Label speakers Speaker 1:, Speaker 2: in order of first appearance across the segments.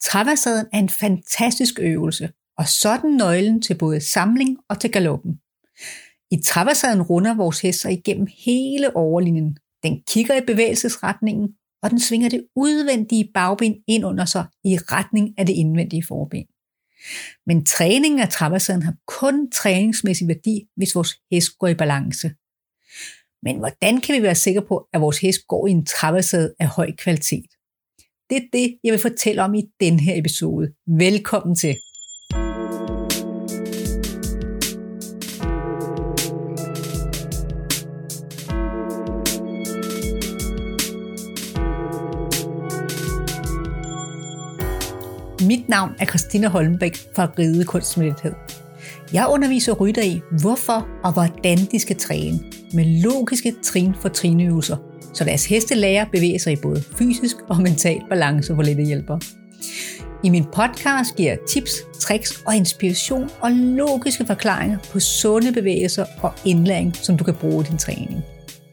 Speaker 1: Traversaden er en fantastisk øvelse, og sådan nøglen til både samling og til galoppen. I traversaden runder vores hest sig igennem hele overlinjen. Den kigger i bevægelsesretningen, og den svinger det udvendige bagben ind under sig i retning af det indvendige forben. Men træningen af traversaden har kun træningsmæssig værdi, hvis vores hest går i balance. Men hvordan kan vi være sikre på, at vores hest går i en traversade af høj kvalitet? Det er det, jeg vil fortælle om i den her episode. Velkommen til. Mit navn er Christina Holmbæk fra Ride Kunst med Lethed. Jeg underviser ryttere i, hvorfor og hvordan de skal træne med logiske trin for trinøvelser, så deres heste lærer at bevæge sig i både fysisk og mental balance for lette hjælper. I min podcast giver jeg tips, tricks og inspiration og logiske forklaringer på sunde bevægelser og indlæring, som du kan bruge i din træning.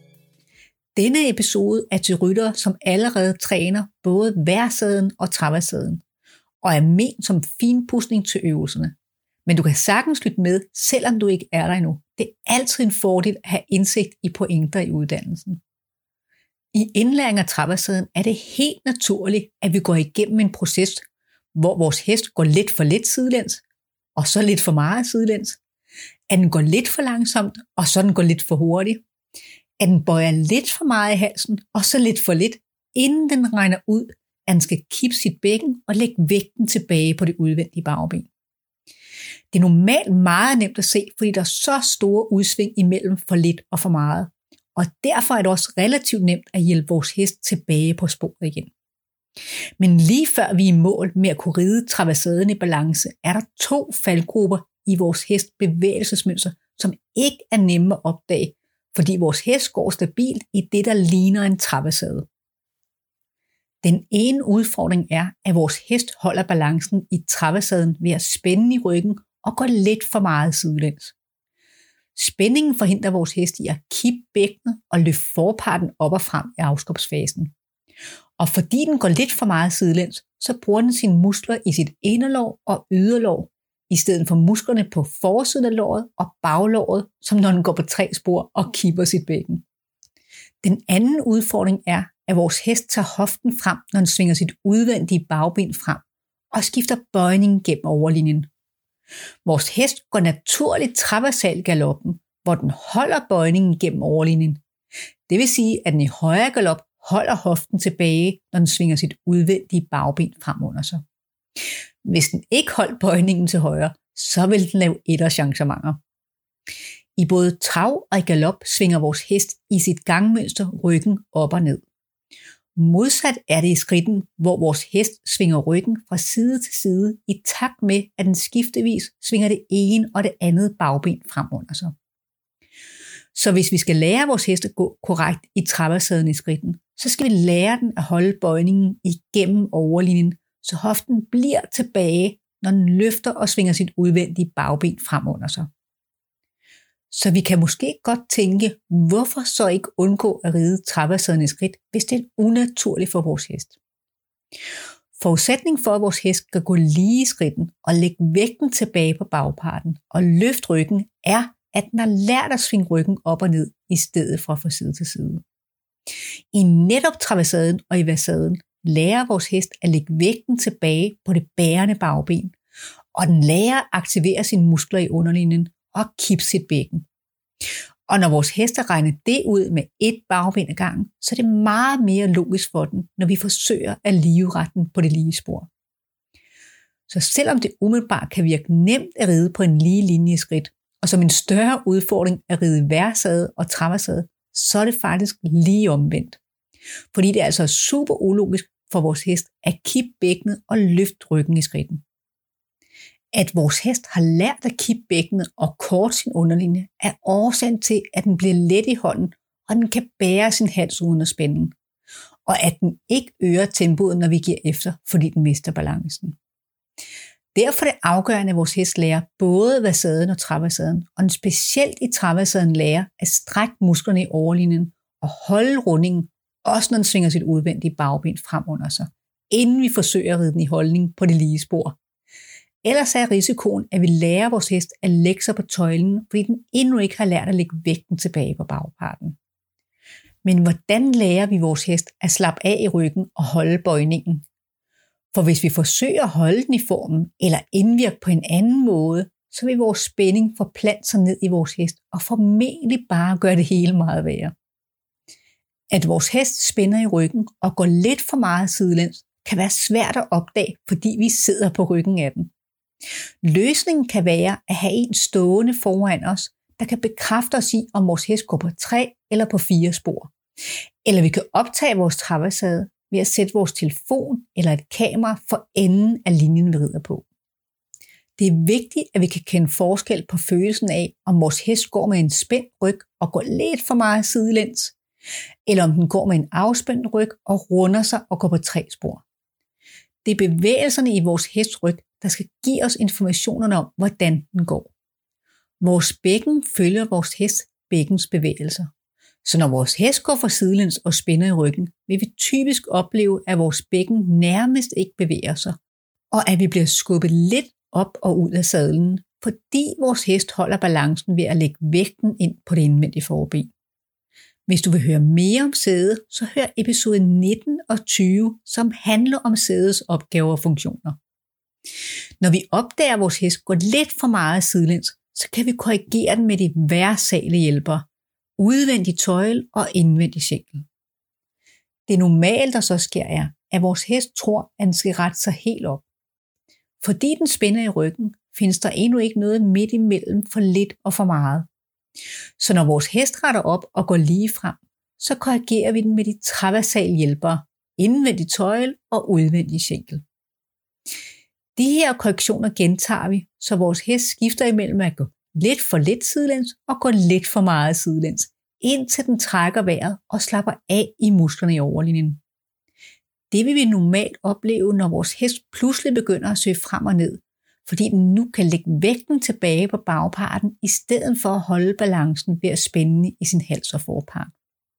Speaker 1: Denne episode er til ryttere, som allerede træner både værsaden og traversaden, og er ment som finpudsning til øvelserne. Men du kan sagtens lytte med, selvom du ikke er der endnu. Det er altid en fordel at have indsigt i pointer i uddannelsen. I indlæring af traversaden er det helt naturligt, at vi går igennem en proces, hvor vores hest går lidt for let sidelæns, og så lidt for meget sidelæns. At den går lidt for langsomt, og så den går lidt for hurtigt. At den bøjer lidt for meget i halsen, og så lidt for lidt, inden den regner ud, at den skal kippe sit bækken og lægge vægten tilbage på det udvendige bagben. Det er normalt meget nemt at se, fordi der er så store udsving imellem for lidt og for meget. Og derfor er det også relativt nemt at hjælpe vores hest tilbage på sporet igen. Men lige før vi er i mål med at kunne ride traversaden i balance, er der 2 faldgrupper i vores hest bevægelsesmønster, som ikke er nemme at opdage, fordi vores hest går stabilt i det, der ligner en traversade. Den ene udfordring er, at vores hest holder balancen i traversaden ved at spænde i ryggen og gå lidt for meget sidelæns. Spændingen forhindrer vores hest i at kippe bækkenet og løfte forparten op og frem i afskubsfasen. Og fordi den går lidt for meget sidelæns, så bruger den sine muskler i sit inderlår og yderlår, i stedet for musklerne på forsiden af låret og baglåret, som når den går på 3 spor og kipper sit bækken. Den anden udfordring er, at vores hest tager hoften frem, når den svinger sit udvendige bagben frem og skifter bøjningen gennem overlinjen. Vores hest går naturligt traversal galoppen, hvor den holder bøjningen gennem overlinjen. Det vil sige, at den i højre galop holder hoften tilbage, når den svinger sit udvendige bagben frem under sig. Hvis den ikke holdt bøjningen til højre, så vil den lave etterchancementer. I både trav og i galop svinger vores hest i sit gangmønster ryggen op og ned. Modsat er det i skridten, hvor vores hest svinger ryggen fra side til side i takt med, at den skiftevis svinger det ene og det andet bagben frem under sig. Så hvis vi skal lære vores hest at gå korrekt i traversaden i skridten, så skal vi lære den at holde bøjningen igennem overlinjen, så hoften bliver tilbage, når den løfter og svinger sit udvendige bagben frem under sig. Så vi kan måske godt tænke, hvorfor så ikke undgå at ride traversaden i skridt, hvis det er unaturligt for vores hest. Forudsætningen for, at vores hest skal gå lige i skridten og lægge vægten tilbage på bagparten og løfte ryggen, er, at den har lært at svinge ryggen op og ned, i stedet for fra side til side. I netop traversaden og i versaden lærer vores hest at lægge vægten tilbage på det bærende bagben, og den lærer at aktivere sine muskler i underlinjen og kippe sit bækken. Og når vores hest har regnet det ud med et bagben ad gangen, så er det meget mere logisk for den, når vi forsøger at ligevrette den på det lige spor. Så selvom det umiddelbart kan virke nemt at ride på en lige linje i skridt, og som en større udfordring at ride værsade og traversade, så er det faktisk lige omvendt. Fordi det er altså super ulogisk for vores hest at kippe bækkenet og løfte ryggen i skridten. At vores hest har lært at kippe bækkenet og korte sin underlinje, er årsagen til, at den bliver let i hånden, og den kan bære sin hals uden at spænde. Og at den ikke øger tempoet, når vi giver efter, fordi den mister balancen. Derfor er det afgørende, at vores hest lærer både versaden og traversaden, og den specielt i traversaden lærer at strække musklerne i overlinjen og holde rundingen, også når den svinger sit udvendige bagben frem under sig. inden vi forsøger at ride den i holdning på det lige spor. Ellers er risikoen, at vi lærer vores hest at lægge sig på tøjlen, fordi den endnu ikke har lært at lægge vægten tilbage på bagparten. Men hvordan lærer vi vores hest at slappe af i ryggen og holde bøjningen? For hvis vi forsøger at holde den i formen eller indvirke på en anden måde, så vil vores spænding forplante sig ned i vores hest og formentlig bare gøre det hele meget værre. At vores hest spænder i ryggen og går lidt for meget sidelæns, kan være svært at opdage, fordi vi sidder på ryggen af den. Løsningen kan være at have en stående foran os, der kan bekræfte os i, om vores hest går på 3 eller på 4 spor. Eller vi kan optage vores traversade ved at sætte vores telefon eller et kamera for enden af linjen, vi rider på. Det er vigtigt, at vi kan kende forskel på følelsen af, om vores hest går med en spændt ryg og går lidt for meget sidelæns, eller om den går med en afspændt ryg og runder sig og går på 3 spor. Det er bevægelserne i vores hests ryg, der skal give os informationerne om, hvordan den går. Vores bækken følger vores hests bækkens bevægelser. Så når vores hest går for sidelæns og spænder i ryggen, vil vi typisk opleve, at vores bækken nærmest ikke bevæger sig, og at vi bliver skubbet lidt op og ud af sadlen, fordi vores hest holder balancen ved at lægge vægten ind på det indvendige forben. Hvis du vil høre mere om sæde, så hør episode 19 og 20, som handler om sædets opgaver og funktioner. Når vi opdager, at vores hest går lidt for meget sidelæns, så kan vi korrigere den med de versale hjælpere, udvendig tøjle og indvendig skænkel. Det normale, der så sker, er, at vores hest tror, at den skal rette sig helt op. Fordi den spænder i ryggen, findes der endnu ikke noget midt imellem for lidt og for meget. Så når vores hest retter op og går lige frem, så korrigerer vi den med de traversale hjælpere, indvendig tøjle og udvendig skænkel. De her korrektioner gentager vi, så vores hest skifter imellem at gå lidt for lidt sidelæns og gå lidt for meget sidelæns, indtil den trækker vejret og slapper af i musklerne i overlinjen. Det vil vi normalt opleve, når vores hest pludselig begynder at søge frem og ned, fordi den nu kan lægge vægten tilbage på bagparten, i stedet for at holde balancen ved at spænde i sin hals og forpart.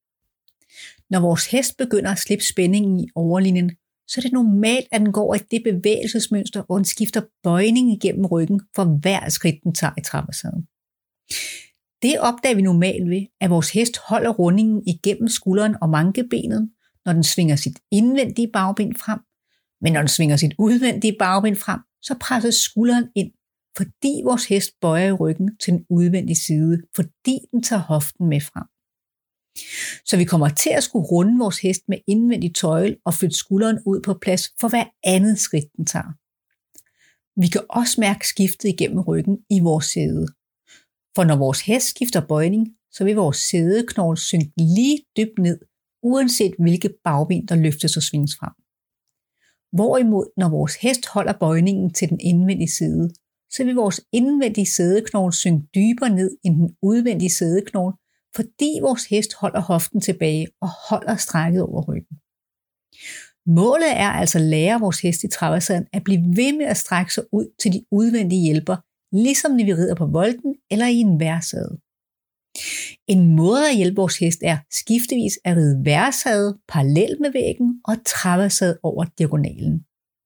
Speaker 1: Når vores hest begynder at slippe spændingen i overlinjen, så er det normalt, at den går i det bevægelsesmønster, hvor den skifter bøjning igennem ryggen for hver skridt, den tager i traversaden. Det opdager vi normalt ved, at vores hest holder rundingen igennem skulderen og mankebenet, når den svinger sit indvendige bagben frem, men når den svinger sit udvendige bagben frem, så presses skulderen ind, fordi vores hest bøjer i ryggen til den udvendige side, fordi den tager hoften med frem. Så vi kommer til at skulle runde vores hest med indvendig tøjle og flytte skulderen ud på plads for hver andet skridt, den tager. Vi kan også mærke skiftet igennem ryggen i vores sæde. For når vores hest skifter bøjning, så vil vores sædeknogle synke lige dybt ned, uanset hvilket bagben, der løftes og svinges frem. Hvorimod, når vores hest holder bøjningen til den indvendige side, så vil vores indvendige sædeknogle synke dybere ned end den udvendige sædeknogle, fordi vores hest holder hoften tilbage og holder strækket over ryggen. Målet er altså at lære vores hest i traversaden at blive ved med at strække sig ud til de udvendige hjælper, ligesom når vi rider på volten eller i en værsade. En måde at hjælpe vores hest er skiftevis at ride værsade parallelt med væggen og traversade over diagonalen.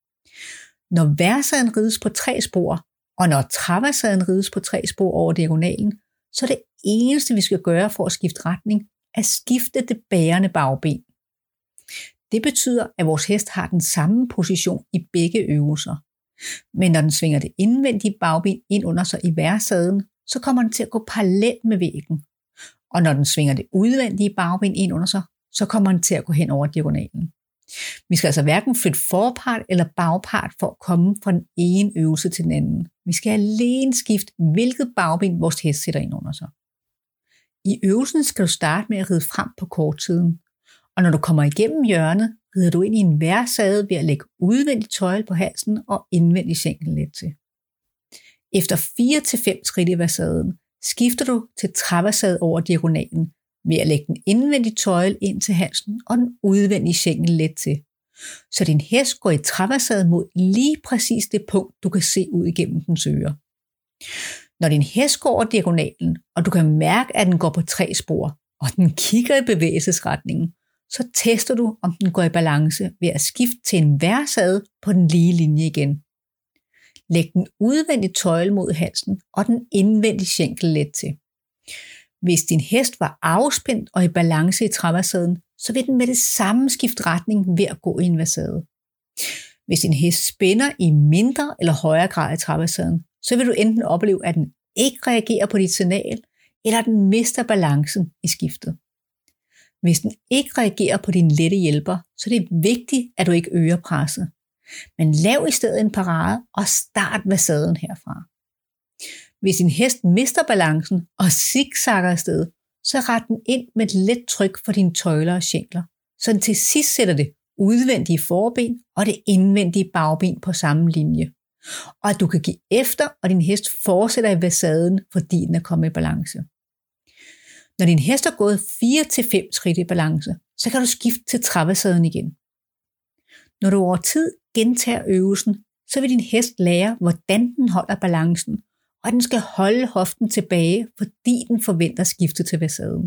Speaker 1: Når værsaden rides på 3 spor, og når traversaden rides på 3 spor over diagonalen, så er det eneste, vi skal gøre for at skifte retning, at skifte det bærende bagben. Det betyder, at vores hest har den samme position i begge øvelser. Men når den svinger det indvendige bagben ind under sig i værsaden, så kommer den til at gå parallelt med væggen. Og når den svinger det udvendige bagben ind under sig, så kommer den til at gå hen over diagonalen. Vi skal altså hverken flytte forpart eller bagpart for at komme fra den ene øvelse til den anden. Vi skal alene skifte, hvilket bagben vores hest sætter ind under sig. I øvelsen skal du starte med at ride frem på kortsiden. Og når du kommer igennem hjørnet, rider du ind i en værsade ved at lægge udvendig tøjle på halsen og indvendig skænkel let til. Efter 4-5 skridt i værsaden, skifter du til traversade over diagonalen ved at lægge den indvendige tøjle ind til halsen og den udvendige skænkel let til. Så din hest går i traversade mod lige præcis det punkt, du kan se ud igennem dens ører. Når din hest går over diagonalen, og du kan mærke, at den går på 3 spor, og den kigger i bevægelsesretningen, så tester du, om den går i balance ved at skifte til en værsade på den lige linje igen. Læg den udvendige tøjle mod halsen og den indvendige skænkel let til. Hvis din hest var afspændt og i balance i træversaden, så vil den med det samme skifte retning ved at gå i en versade. Hvis din hest spænder i mindre eller højere grad i træversaden, så vil du enten opleve, at den ikke reagerer på dit signal, eller at den mister balancen i skiftet. Hvis den ikke reagerer på dine lette hjælper, så er det vigtigt, at du ikke øger presset. Men lav i stedet en parade og start versaden herfra. Hvis din hest mister balancen og zigzagger afsted, så ret den ind med et let tryk for dine tøjler og skænkler, så den til sidst sætter det udvendige forben og det indvendige bagben på samme linje. Og at du kan give efter, og din hest fortsætter i versaden, fordi den er kommet i balance. Når din hest er gået 4-5 skridt i balance, så kan du skifte til træversaden igen. Når du over tid gentager øvelsen, så vil din hest lære, hvordan den holder balancen, og den skal holde hoften tilbage, fordi den forventer at skifte til versaden.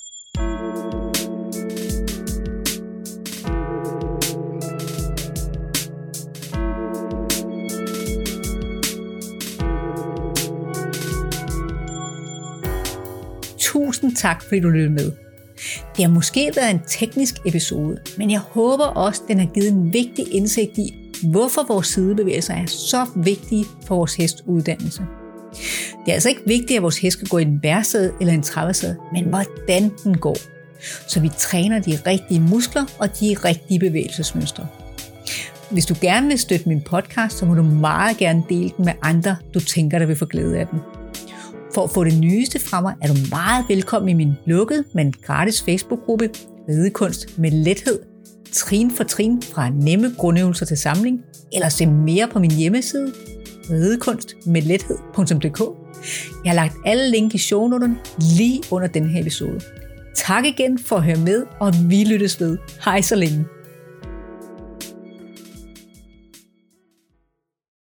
Speaker 1: Tusind tak, fordi du lyttede med. Det har måske været en teknisk episode, men jeg håber også, den har givet en vigtig indsigt i, hvorfor vores sidebevægelser er så vigtige for vores hests uddannelse. Det er altså ikke vigtigt, at vores hest skal gå i en værsade eller en træversade, men hvordan den går. Så vi træner de rigtige muskler og de rigtige bevægelsesmønstre. Hvis du gerne vil støtte min podcast, så må du meget gerne dele den med andre, du tænker, der vil få glæde af den. For at få det nyeste fra mig, er du meget velkommen i min lukkede, men gratis Facebook-gruppe Ridekunst med lethed, trin for trin fra nemme grundøvelser til samling, eller se mere på min hjemmeside ridekunstmedlethed.dk. Jeg har lagt alle link i shownoterne lige under denne her episode. Tak igen for at høre med, og vi lyttes ved. Hej så længe.